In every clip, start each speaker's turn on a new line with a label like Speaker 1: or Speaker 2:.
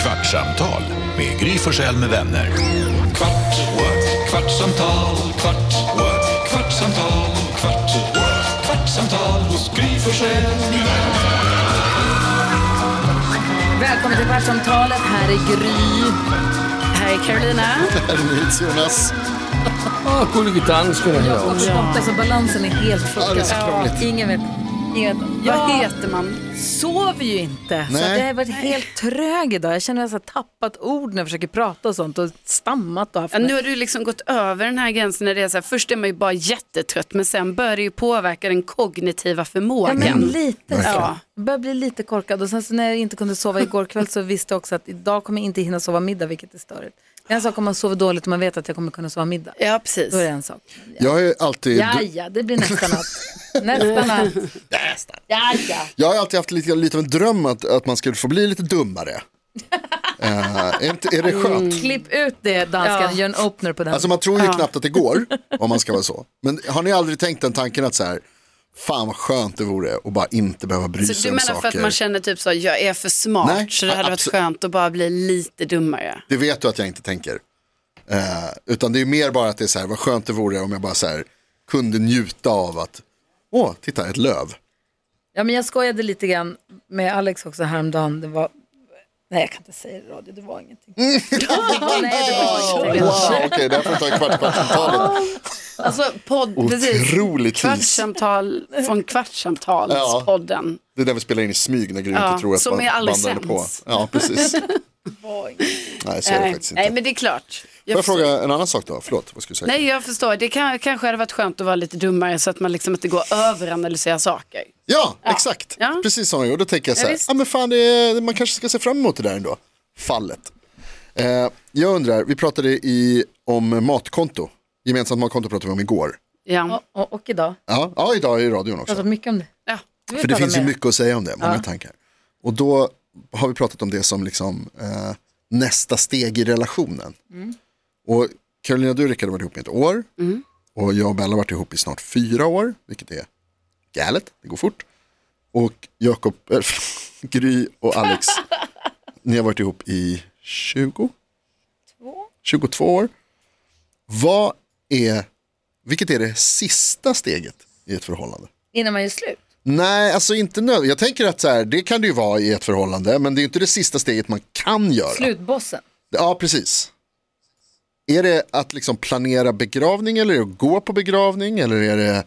Speaker 1: Kvartsamtal med Gry Forssell med vänner. Kvart, what? Kvartsamtal, kvart, what? Kvartsamtal, kvart, what? Kvartsamtal hos Gry Forssell med vänner.
Speaker 2: Välkommen till Kvartsamtalet. Här är Gry. Här är Carolina.
Speaker 3: Här är Jonas.
Speaker 4: Gullige dansken är här också.
Speaker 2: Alltså balansen är helt fuckad.
Speaker 3: Ja,
Speaker 2: ingen vet.
Speaker 5: Vad heter man?
Speaker 2: Sover ju inte. Så det har varit helt trög idag. Jag känner att jag har tappat ord när jag försöker prata och sånt och stammat. Och
Speaker 5: Nu har du liksom gått över den här gränsen när det är så här, först är man ju bara jättetrött men sen börjar det ju påverka den kognitiva förmågan.
Speaker 2: Ja, men lite.
Speaker 5: Ja.
Speaker 2: Jag börjar bli lite korkad och sen så när jag inte kunde sova igår kväll så visste jag också att idag kommer jag inte hinna sova middag, vilket är störigt. En sak om man sover dåligt och man vet att jag kommer kunna sova middag.
Speaker 5: Ja, precis.
Speaker 2: Då är det en sak.
Speaker 3: Jag är alltid...
Speaker 2: Ja, det blir nästan natt. Nästan natt. Ja.
Speaker 3: Jag har alltid haft lite av en dröm att man skulle få bli lite dummare. Är det skönt?
Speaker 2: Klipp ut det, danskan. Gör en opener på den.
Speaker 3: Alltså man tror ju knappt att det går, om man ska vara så. Men har ni aldrig tänkt den tanken att så här, fan vad skönt det vore att bara inte behöva bry sig om saker.
Speaker 5: Du menar för att man känner typ så, jag är för smart.
Speaker 3: Nej,
Speaker 5: så det hade varit skönt att bara bli lite dummare.
Speaker 3: Det vet du att jag inte tänker. Utan det är mer bara att det är så här, vad skönt det vore om jag bara så här kunde njuta av att, titta, ett löv.
Speaker 2: Ja, men jag skojade lite grann med Alex också häromdagen. Det var... Nej, jag kan inte säga det i radio, det var ingenting.
Speaker 3: Nej, det var ingenting. Wow, okej, därför tar jag kvartsamtalet.
Speaker 5: Alltså
Speaker 3: Otroligt
Speaker 5: kvartsamtal från Kvartsamtalspodden.
Speaker 3: Det är där vi spelar in i smyg när Gry inte tror att
Speaker 5: som är alldeles
Speaker 3: på. Ja, precis. Nej, så är det faktiskt inte.
Speaker 5: Nej, men det är klart.
Speaker 3: Får jag fråga en annan sak då? Förlåt, vad skulle du säga?
Speaker 5: Nej, jag förstår. Det kanske hade varit skönt att vara lite dummare så att man liksom inte går överanalysera saker.
Speaker 3: Ja, exakt.
Speaker 5: Ja.
Speaker 3: Precis så. Och då tänker jag så här, men fan, man kanske ska se fram emot det där ändå. Fallet. Jag undrar, vi pratade om matkonto. Gemensamt matkonto pratade vi om igår.
Speaker 5: Ja.
Speaker 2: Och idag.
Speaker 3: Ja, idag i radion också.
Speaker 2: Jag mycket om det.
Speaker 5: Ja.
Speaker 3: För det finns ju mycket att säga om det, många tankar. Och då har vi pratat om det som liksom nästa steg i relationen. Och Carolina, du och Rickard har varit ihop i ett år. Och jag och Bella har varit ihop i snart 4 år, vilket är galet, det går fort. Och Jakob, Gry och Alex, ni har varit ihop i 22 år. Vilket är det sista steget i ett förhållande?
Speaker 2: Innan man gör slut?
Speaker 3: Nej, alltså inte nödvändigt. Jag tänker att så här, det kan det ju vara i ett förhållande, men det är inte det sista steget man kan göra.
Speaker 2: Slutbossen?
Speaker 3: Ja, precis. Är det att liksom planera begravning eller är det att gå på begravning eller är det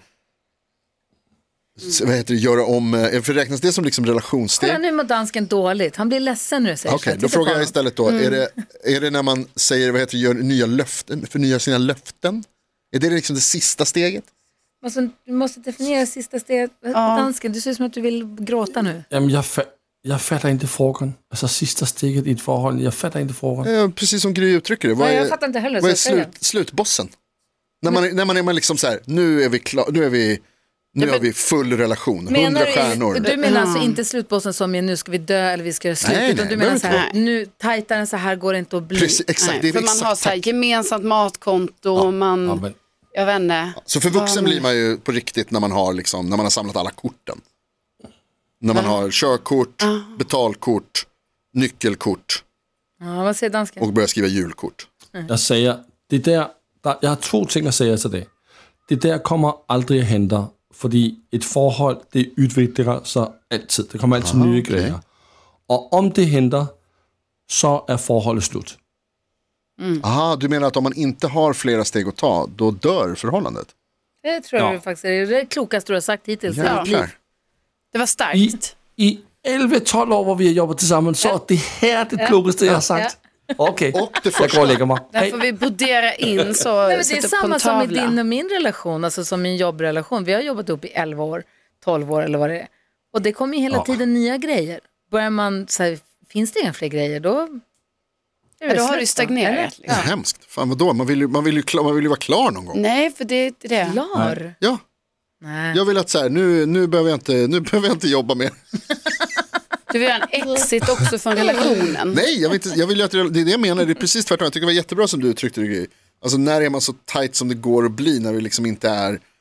Speaker 3: göra om, för räknas det som liksom relationssteg?
Speaker 2: Kolla, nu mår dansken dåligt. Han blir ledsen när du säger
Speaker 3: Okej, då frågar jag istället då, är det när man säger, gör nya löften, förnyar sina löften? Är det liksom det sista steget?
Speaker 2: Alltså, du måste definiera sista steget. Dansken, du ser som att du vill gråta nu.
Speaker 4: Jag fattar inte frågan. Alltså sista steget i ett förhållande. Jag fattar inte frågan.
Speaker 3: Precis som Gry uttrycker det.
Speaker 2: Jag fattar inte heller.
Speaker 3: Vad är slutbossen? När man är liksom så här, nu är vi klar, nu har vi full relation, 100 stjärnor.
Speaker 2: Du menar alltså inte slutbossen som är nu ska vi dö eller vi ska göra slut, utan du menar så här, nu tajtare så här går det inte att bli.
Speaker 3: Precis, exakt, det är
Speaker 5: för
Speaker 3: exakt.
Speaker 5: Man har så här gemensamt matkonto, jag vet inte.
Speaker 3: Så för vuxen blir man ju på riktigt när man har samlat alla korten. När man har körkort, betalkort, nyckelkort.
Speaker 2: Ja, vad säger dansken?
Speaker 3: Och börjar skriva julkort.
Speaker 4: Jag säger, jag har 2 ting att säga till det. Det där kommer aldrig att hända. För ett förhåll, det utvecklar sig alltid. Det kommer alltid nya grejer. Och om det händer så är förhållet slut.
Speaker 3: Aha, du menar att om man inte har flera steg att ta, då dör förhållandet?
Speaker 2: Det tror jag faktiskt är det klokaste du har sagt hittills.
Speaker 5: Det var starkt.
Speaker 4: I 11-12 år var vi har jobbat tillsammans så det här är det klokaste jag har sagt. Okej, jag går och lägger mig.
Speaker 5: Där får vi brodera in så.
Speaker 2: Nej, det är samma som i din och min relation, alltså som min jobbrelation. Vi har jobbat upp i 11 år, 12 år eller vad det är. Och det kommer ju hela tiden nya grejer. Börjar man så här, finns det inga fler grejer då
Speaker 5: har du stagnerat.
Speaker 3: Det är hemskt. Fan vadå? Man vill ju vara klar någon gång.
Speaker 5: Nej, för det är det.
Speaker 2: Klar?
Speaker 3: Ja. Nej. Jag vill att så här, nu behöver jag inte jobba mer.
Speaker 5: Du vill göra en exit också från relationen.
Speaker 3: Nej, jag vill att det är det jag menar. Det är precis tvärtom. Jag tycker det var jättebra som du uttryckte det. Alltså när är man så tight som det går att bli när vi liksom inte är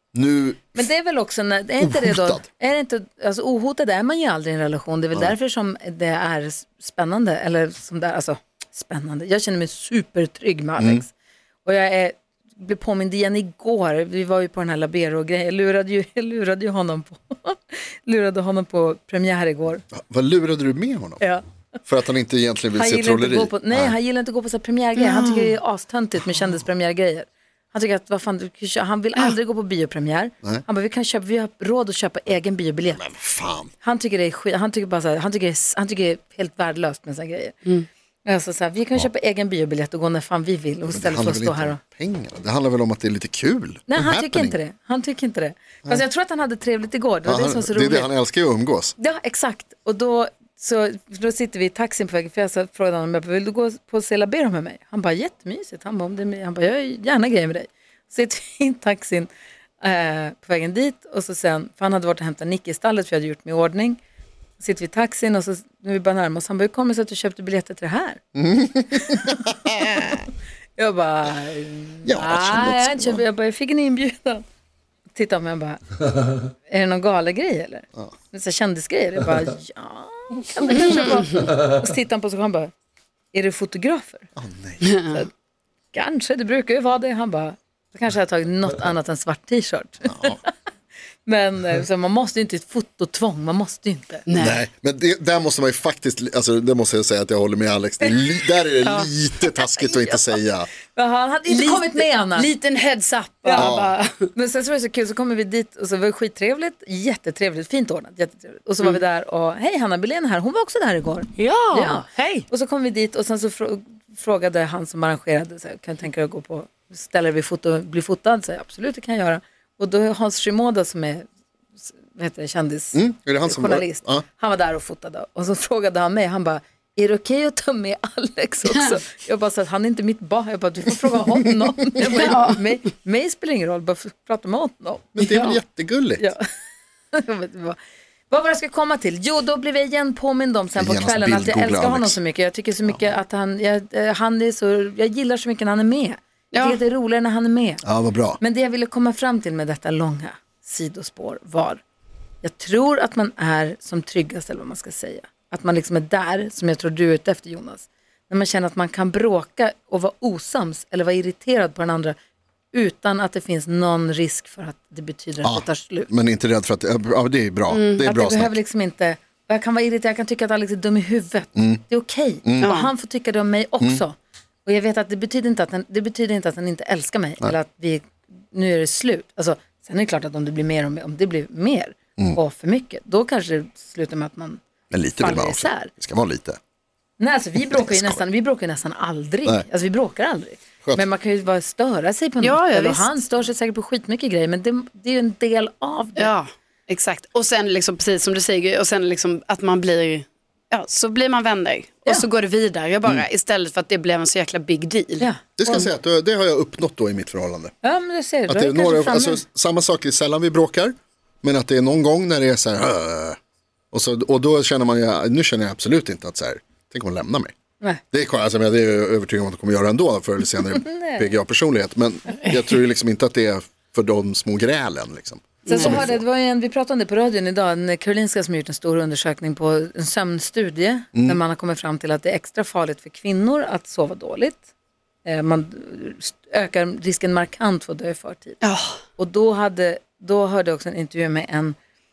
Speaker 3: nu
Speaker 2: Men det är väl också, är inte det då, är det inte, alltså ohotad är man ju aldrig i en relation. Det är väl därför som det är spännande, eller som det är, alltså spännande. Jag känner mig supertrygg med Alex. Och jag blev påmind igen igår, vi var ju på den här Labero-grejen, jag lurade honom på premiär igår.
Speaker 3: Vad lurade du med honom?
Speaker 2: Ja.
Speaker 3: För att han inte egentligen vill se trolleri?
Speaker 2: Han gillar inte att gå på så här premiärgrejer. Han tycker det är astöntigt med kändispremiärgrejer. Han tycker att han vill aldrig gå på biopremiär. Nej. Han bara, vi har råd att köpa egen biobiljett. Men
Speaker 3: fan.
Speaker 2: Han tycker det är skit, han tycker det är helt värdelöst med såna grejer. Alltså så här, vi kan köpa egen biobiljett och gå när fan vi vill och istället för att stå här och
Speaker 3: pengarna. Det handlar väl om att det är lite kul.
Speaker 2: Nej, han tycker inte det. Fast jag tror att han hade trevligt igår. Det var det som var så roligt.
Speaker 3: Det är det, han älskar ju att umgås.
Speaker 2: Ja, exakt. Och då sitter vi i taxin på vägen, för jag frågade honom, vill du gå på Se Labero med mig? Han bara, jättemysigt. Han bara, jag gör gärna grejer med dig. Så sitter vi i taxin på vägen dit, och så sen, för han hade varit och hämtat Nick i stallet, för jag hade gjort mig i ordning. Så sitter vi i taxin, och så när vi bara närmar oss, han bara, hur kommer det sig att du köpte biljetter till det här? Jag bara, jag fick en inbjudan. Titta på mig och bara, är det någon galegrej eller? Ja. Det är kändisgrejer. Jag bara, kan det kanske vara? Och så tittar han på sig och han bara, är det fotografer?
Speaker 3: Nej.
Speaker 2: Så, kanske, det brukar ju vara det. Han bara, då kanske jag har tagit något annat än svart t-shirt. Ja. Men så man måste ju inte, ett fototvång, man måste ju inte.
Speaker 3: Nej, men där måste man ju faktiskt, alltså det måste jag säga att jag håller med Alex. Där är det lite taskigt att inte säga.
Speaker 2: Han hade inte kommit med annars.
Speaker 5: Liten heads up.
Speaker 2: Ja. Men sen så var det så kul, så kommer vi dit och så var det skittrevligt, jättetrevligt, fint ordnat, jättetrevligt. Och så var vi där och, hej, Hanna Billén här, hon var också där igår.
Speaker 5: Ja. Hej.
Speaker 2: Och så kom vi dit och sen så frågade han som arrangerade, så här, kan jag tänka dig att gå på, ställer vi bli fotad? Så jag, absolut, det kan jag göra. Och då är Hans Shimoda som är, vad heter det, kändis,
Speaker 3: är det han som
Speaker 2: journalist. Han var där och fotade. Och så frågade han mig, han bara, är det okej att ta med Alex också? Jag bara sa att han är inte mitt barn. Jag bara, du får fråga honom. Mig spelar ingen roll, bara prata med honom.
Speaker 3: Men det är väl jättegulligt.
Speaker 2: Ja. Vad var det jag ska komma till? Jo, då blev jag igen påmind om sen på kvällen att jag älskar honom så mycket. Jag tycker så mycket att han är så, jag gillar så mycket när han är med. Jag tycker att det är roligare när han är med.
Speaker 3: Ja, vad bra.
Speaker 2: Men det jag ville komma fram till med detta långa sidospår var, jag tror att man är som tryggast, eller vad man ska säga. Att man liksom är där, som jag tror du är ute efter, Jonas. När man känner att man kan bråka och vara osams eller vara irriterad på den andra utan att det finns någon risk för att det betyder att det tar slut.
Speaker 3: Men inte rädd för att, det är bra. Det är
Speaker 2: att
Speaker 3: bra
Speaker 2: det behöver liksom inte, jag kan vara irriterad, jag kan tycka att Alex är dum i huvudet. Det är okej. Och han får tycka det om mig också. Och jag vet att det betyder inte att han inte älskar mig. Eller att nu är det slut. Alltså, sen är det klart att om det blir mer om det blir mer och för mycket, då kanske det slutar med att man
Speaker 3: men lite vill man också. Det ska vara lite.
Speaker 2: Nej, alltså vi bråkar ju nästan aldrig. Nej. Alltså vi bråkar aldrig. Skönt. Men man kan ju bara störa sig på något. Eller han stör sig säkert på skitmycket grejer, men det är ju en del av det.
Speaker 5: Ja, exakt. Och sen liksom, precis som du säger, och sen liksom att man blir, så blir man vänner. Och så går det vidare bara, istället för att det blev en så jäkla big deal.
Speaker 2: Ja.
Speaker 3: Det ska jag säga att det har jag uppnått då i mitt förhållande.
Speaker 2: Ja, men det ser du.
Speaker 3: Att det är några, alltså, samma sak är sällan vi bråkar, men att det är någon gång när det är så här, och då känner man ju, nu känner jag absolut inte att så här, tänk om hon lämnar mig. Nej. Det är alltså, det är övertygad om att de kommer göra ändå förr eller senare PGA-personlighet, men jag tror ju liksom inte att det är för de små grälen liksom.
Speaker 2: Sen så det var vi pratade om det på radion idag, en Karolinska som gjort en stor undersökning på en sömnstudie där man har kommit fram till att det är extra farligt för kvinnor att sova dåligt. Man ökar risken markant för att dö i förtid. Och då hörde jag också en intervju med en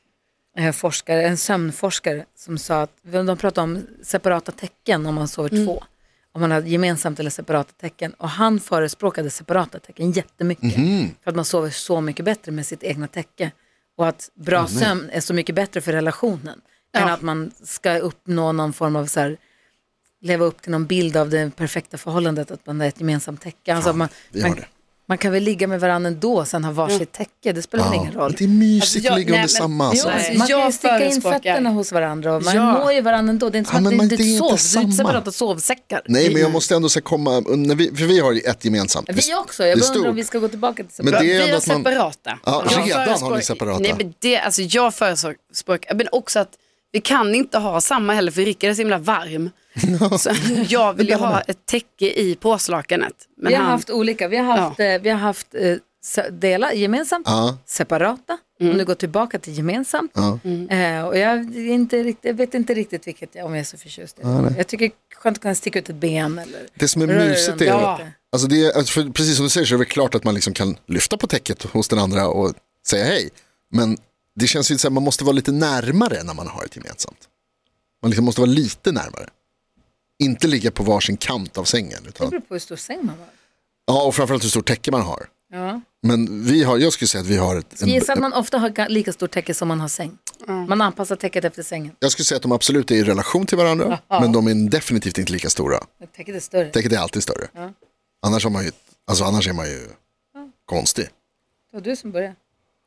Speaker 2: sömnforskare som sa att de pratade om separata tecken om man sover två. Om man har gemensamt eller separata tecken. Och han förespråkade separata tecken jättemycket. För att man sover så mycket bättre med sitt egna täcke. Och att bra sömn är så mycket bättre för relationen. Än att man ska uppnå någon form av så här, leva upp till någon bild av det perfekta förhållandet. Att man har ett gemensamt täcke. Alltså man kan väl ligga med varandra ändå och sen ha varsitt täcke. Det spelar ingen roll.
Speaker 3: Det är mysigt att ligga under samma.
Speaker 2: Man kan ju sticka in fötterna hos varandra. Och man mår ju varandra ändå. Det är inte som att det är inte separata sovsäckar.
Speaker 3: Nej, men jag måste ändå komma. För vi har ju ett språk.
Speaker 2: Vi också. Jag undrar om vi ska gå tillbaka till separata.
Speaker 5: Vi har separata.
Speaker 3: Redan har ni separata.
Speaker 5: Nej, men jag förespråkar. Men också att vi kan inte ha samma heller, för Rickard är så himla varm. Så jag vill ju ha ett täcke i påslakanet. Men
Speaker 2: vi har haft olika. Vi har haft dela gemensamt, separata. Om du går tillbaka till gemensamt. Och jag vet inte riktigt vilket om jag är så förtjust i. Jag tycker skönt att kunna sticka ut ett ben. Eller
Speaker 3: det som är mysigt är, alltså det är för precis som du säger så är det klart att man liksom kan lyfta på täcket hos den andra och säga hej. Men det känns ju så att man måste vara lite närmare när man har ett gemensamt. Man liksom måste vara lite närmare. Inte ligga på varsin kant av sängen. Utan...
Speaker 2: Det beror på hur stor säng man har.
Speaker 3: Ja, och framförallt hur stor täcke man har.
Speaker 2: Ja.
Speaker 3: Men jag skulle säga att vi har ett...
Speaker 2: Gissa att man ofta har lika stor täcke som man har säng. Man anpassar täcket efter sängen.
Speaker 3: Jag skulle säga att de absolut är i relation till varandra. Men de är definitivt inte lika stora.
Speaker 2: Täcket är större.
Speaker 3: Täcket är alltid större. Annars är man ju konstig.
Speaker 2: Det var du som började.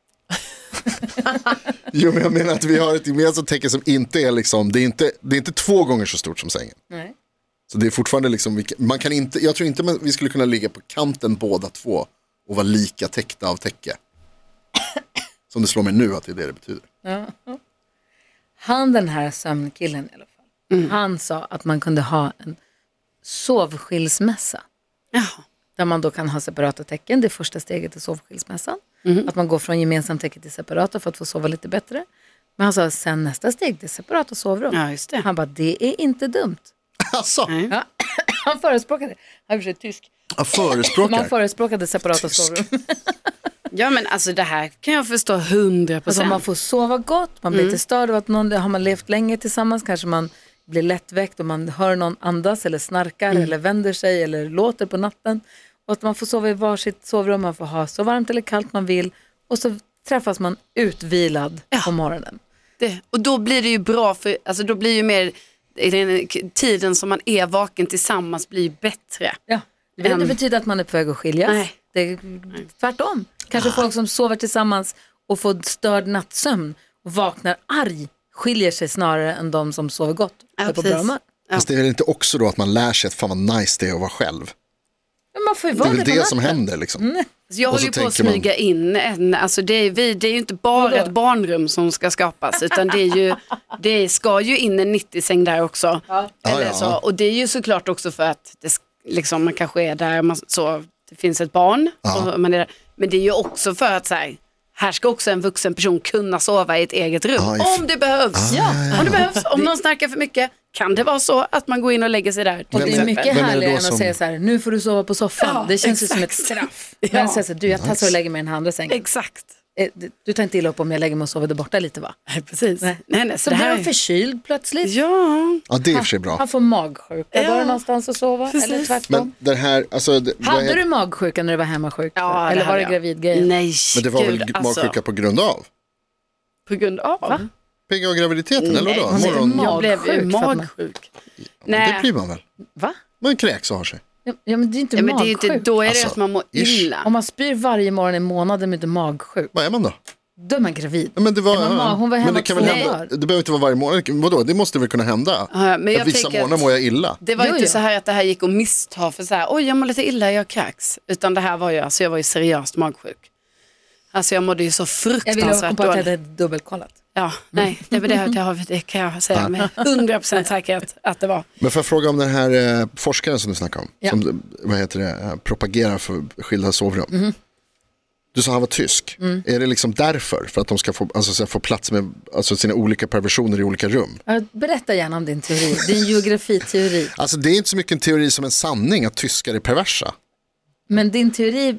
Speaker 3: Jo, men jag menar att vi har ett gemensamt täcke som inte är liksom, det är inte 2 gånger så stort som sängen.
Speaker 2: Nej.
Speaker 3: Så det är fortfarande liksom, man kan inte, jag tror inte vi skulle kunna ligga på kanten båda två och vara lika täckta av täcke. Som det slår mig nu att det är det betyder.
Speaker 2: Ja. Han, den här sömnkillen i alla fall, han sa att man kunde ha en sovskilsmässa. Där man då kan ha separata täcken. Det är första steget i sovskilsmässan. Att man går från gemensamt täcke till separata för att få sova lite bättre. Men han sa sen nästa steg, det är separata sovrum.
Speaker 5: Ja, just det.
Speaker 2: Han bara, det är inte dumt.
Speaker 3: Alltså.
Speaker 2: Ja. Han förespråkade, han är för sig tysk.
Speaker 3: Man
Speaker 2: förespråkade separata sovrum.
Speaker 5: Ja, men alltså det här kan jag förstå 100%.
Speaker 2: Alltså man får sova gott, man blir inte störd av att har man levt länge tillsammans, kanske man blir lättväckt och man hör någon andas eller snarkar eller vänder sig eller låter på natten. Och att man får sova i varsitt sovrum, man får ha så varmt eller kallt man vill. Och så träffas man utvilad på morgonen.
Speaker 5: Och då blir det ju bra, för alltså då blir ju mer tiden som man är vaken tillsammans blir bättre.
Speaker 2: Ja. Det betyder att man är på väg att skiljas.
Speaker 5: Nej.
Speaker 2: Det är tvärtom. Kanske folk som sover tillsammans och får störd nattsömn och vaknar arg skiljer sig snarare än de som sover gott.
Speaker 5: Ja,
Speaker 2: på bra humör.
Speaker 3: Fast det är väl inte också då att man lär sig att fan vad nice det är att vara själv.
Speaker 2: Men man får ju
Speaker 3: Det
Speaker 2: vara
Speaker 3: är väl
Speaker 2: det
Speaker 3: det som händer liksom.
Speaker 5: Så jag håller ju på att smyga in alltså det är ju inte bara ett barnrum som ska skapas, utan det ska ju in en 90-säng där också. Eller så. Och det är ju såklart också för att det liksom, man kanske är där det finns ett barn och man är där. Men det är ju också för att här ska också en vuxen person kunna sova i ett eget rum om det behövs. Om det behövs, om någon snarkar för mycket kan det vara så att man går in och lägger sig där.
Speaker 2: Och det är mycket härligare än att säga så här, nu får du sova på soffan. Det känns ju som ett straff. Men säger så här, jag tassar och lägger mig i den andra sängen.
Speaker 5: Exakt.
Speaker 2: Du tar inte illa upp om jag lägger mig och sover där borta lite, va?
Speaker 5: Nej, precis. Nej,
Speaker 2: så blir han förkyld plötsligt.
Speaker 5: Ja,
Speaker 3: det är i och för sig bra.
Speaker 2: Han får magsjuka bara någonstans att sova. Precis. Eller tvärtom.
Speaker 3: Men den här, alltså,
Speaker 2: hade du magsjuka när du var hemmasjuk?
Speaker 5: Ja,
Speaker 2: eller var det gravidgrejen?
Speaker 5: Nej,
Speaker 3: men det var väl magsjuka på grund av?
Speaker 5: På grund av? Va?
Speaker 3: PGA graviditeten, eller vadå?
Speaker 5: Jag blev ju magsjuk.
Speaker 3: Nej. Det blir man väl?
Speaker 2: Va?
Speaker 3: Man kräks och har sig.
Speaker 2: Ja, men det är inte magsjuk.
Speaker 5: Men det är inte, då är det att man mår illa.
Speaker 2: Om man spyr varje morgon i månaden med magsjuk.
Speaker 3: Vad är man då?
Speaker 2: Då är man gravid.
Speaker 3: Ja, men det var,
Speaker 2: hon var hemma
Speaker 3: men det kan väl hända. Det behöver inte vara varje morgon. Vadå? Det måste väl kunna hända.
Speaker 5: Men jag
Speaker 3: vissa morgnar mår jag illa.
Speaker 5: Det var inte så här att det här gick att missta för så här, oj jag mår lite illa, jag kräks. Utan det här var ju, alltså jag var ju seriöst magsjuk. Alltså jag mådde ju så fruktansvärt dåligt.
Speaker 2: Jag ville att det dubbelkollat.
Speaker 5: Ja, nej, det kan jag säga med 100% säkerhet att det var.
Speaker 3: Men får jag fråga om den här forskaren som du snackade om, som propagerar för skilda sovrum. Du sa han var tysk. Är det liksom därför? För att de ska få plats med sina olika perversioner i olika rum?
Speaker 2: Berätta gärna om din teori, din geografiteori.
Speaker 3: Alltså det är inte så mycket en teori som en sanning att tyskar är perversa.
Speaker 2: Men din teori,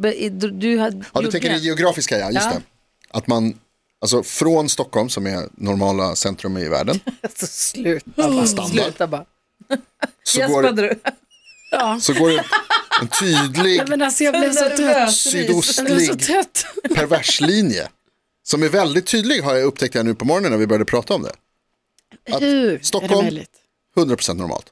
Speaker 3: du tänker det geografiska, just det. Att man, alltså från Stockholm som är normala centrum i världen.
Speaker 2: Så sluta bara.
Speaker 3: Så går det en tydlig
Speaker 5: jag blev så trött.
Speaker 3: sydostlig perverslinje. Som är väldigt tydlig, har jag upptäckt nu på morgonen när vi började prata om det. Att Stockholm, 100% normalt.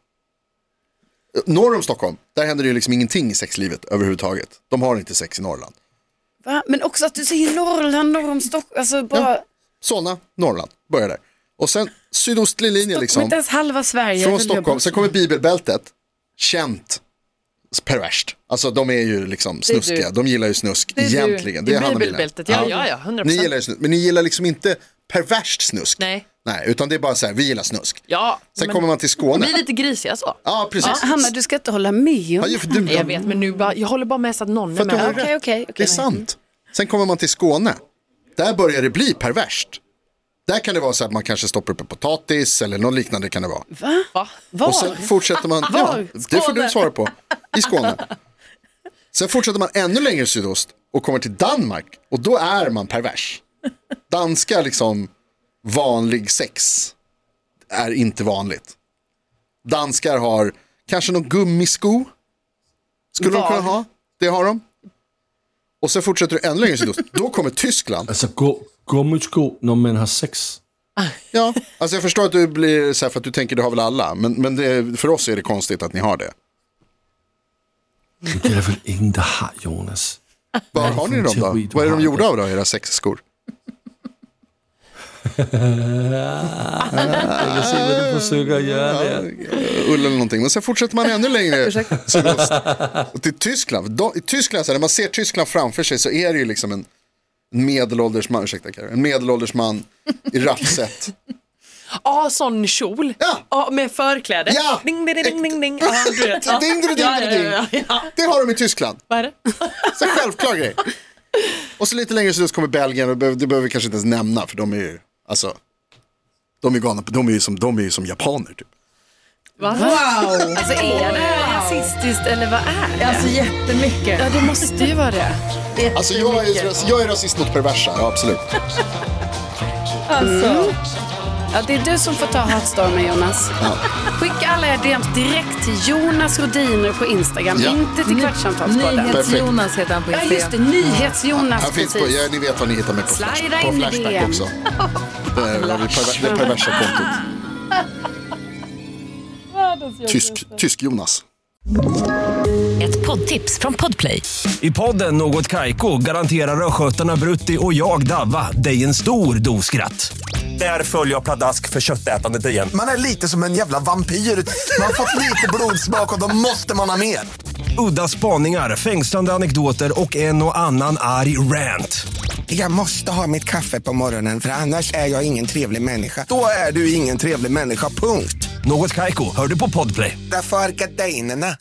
Speaker 3: Norr om Stockholm, där händer det ju liksom ingenting i sexlivet överhuvudtaget. De har inte sex i Norrland.
Speaker 5: Va? Men också att du säger Norrland, norr om Stockholm. Alltså bara...
Speaker 3: Solna, Norrland, börjar där. Och sen sydostlig linje liksom.
Speaker 5: Inte ens halva Sverige.
Speaker 3: Från Stockholm, sen kommer bibelbältet. Känt perverst. Alltså de är ju liksom snuskiga. De gillar ju snusk egentligen.
Speaker 6: Det är bibelbältet, ja, 100%.
Speaker 3: Ni gillar ju snusk, men ni gillar liksom inte perverst snusk.
Speaker 6: Nej.
Speaker 3: Nej, utan det är bara så här, vi gillar snusk.
Speaker 6: Ja,
Speaker 3: Sen kommer man till Skåne.
Speaker 6: vi är lite grisiga så.
Speaker 3: Ja, precis.
Speaker 5: Hanna, du ska inte hålla med om.
Speaker 6: Jag vet, men nu bara, jag håller bara med så att någon är
Speaker 3: För att du har
Speaker 6: med.
Speaker 3: rätt.
Speaker 5: Okej.
Speaker 3: Det är sant. Sen kommer man till Skåne. Där börjar det bli perverst. Där kan det vara så att man kanske stoppar upp en potatis eller något liknande kan det vara.
Speaker 6: Va?
Speaker 3: Och sen fortsätter man, det får du svara på, i Skåne. Sen fortsätter man ännu längre sydost och kommer till Danmark och då är man pervers. Danska liksom vanlig sex är inte vanligt. Danskar har kanske någon gummisko. Skulle de kunna ha? Det har de. Och sen fortsätter du ännu längre sydost. Då kommer Tyskland.
Speaker 4: Altså gummisko, når man har sex.
Speaker 3: Ja, alltså jag förstår att du blir så här för att du tänker det har väl alla. Men det, för oss är det konstigt att ni har det.
Speaker 4: Det är väl ingen, der har, Jonas.
Speaker 3: Var har ni dem då? Vad är de gjorda av då, era sexskor?
Speaker 4: Jeg kan se, hvad du forsøger at gøre der.
Speaker 3: Ull eller någonting. Men sen fortsätter man ännu längre sydost. Och till Tyskland. I Tyskland, så här, när man ser Tyskland framför sig så är det ju liksom en medelålders man, en medelålders man i raffset.
Speaker 6: Ja, sån kjol.
Speaker 3: Ja.
Speaker 6: Med förkläde.
Speaker 3: Ja.
Speaker 6: Ding, ding, ding, ding, ding. Ja, du vet.
Speaker 3: Ding, ding, ding, ding. Det har de i Tyskland.
Speaker 6: Vad är det?
Speaker 3: Så självklar grej. Och så lite längre sydost kommer Belgien. Och det behöver vi kanske inte ens nämna. För de är ju, alltså, de är galna, de är ju som japaner typ.
Speaker 5: Wow! Alltså är det här rasistiskt eller vad är det?
Speaker 2: Alltså jättemycket.
Speaker 5: Ja, det måste ju vara det.
Speaker 3: Alltså jag är rasist mot perversa, ja, absolut.
Speaker 2: Alltså.
Speaker 5: Ja, det är du som får ta hatstormen, Jonas.
Speaker 3: Ja.
Speaker 5: Skicka alla er DMs direkt till Jonas Rodiner på Instagram, inte till Kvartsamtalspodden.
Speaker 2: Nyhets-Jonas heter han på
Speaker 5: Ja,
Speaker 2: Instagram.
Speaker 5: just det. Nyhets-Jonas,
Speaker 3: Han finns på,
Speaker 5: precis.
Speaker 3: ni vet vad ni hittar mig på,
Speaker 5: Slida
Speaker 3: på
Speaker 5: in i
Speaker 3: Flashback
Speaker 5: DM.
Speaker 3: också. Det perversa kontot. Tysk Jonas.
Speaker 7: Ett poddtips från Podplay.
Speaker 8: I podden Något Kaiko garanterar östgötarna Brutti och jag Davva dig en stor dos skratt. Där följer jag pladask för köttätandet igen.
Speaker 9: Man är lite som en jävla vampyr. Man har fått lite blodsmak och då måste man ha mer.
Speaker 8: Udda spaningar, fängslande anekdoter och en och annan arg rant.
Speaker 9: Jag måste ha mitt kaffe på morgonen för annars är jag ingen trevlig människa. Då är du ingen trevlig människa, punkt.
Speaker 8: Något Kaiko, hör du på Podplay.
Speaker 9: Därför är gardinerna.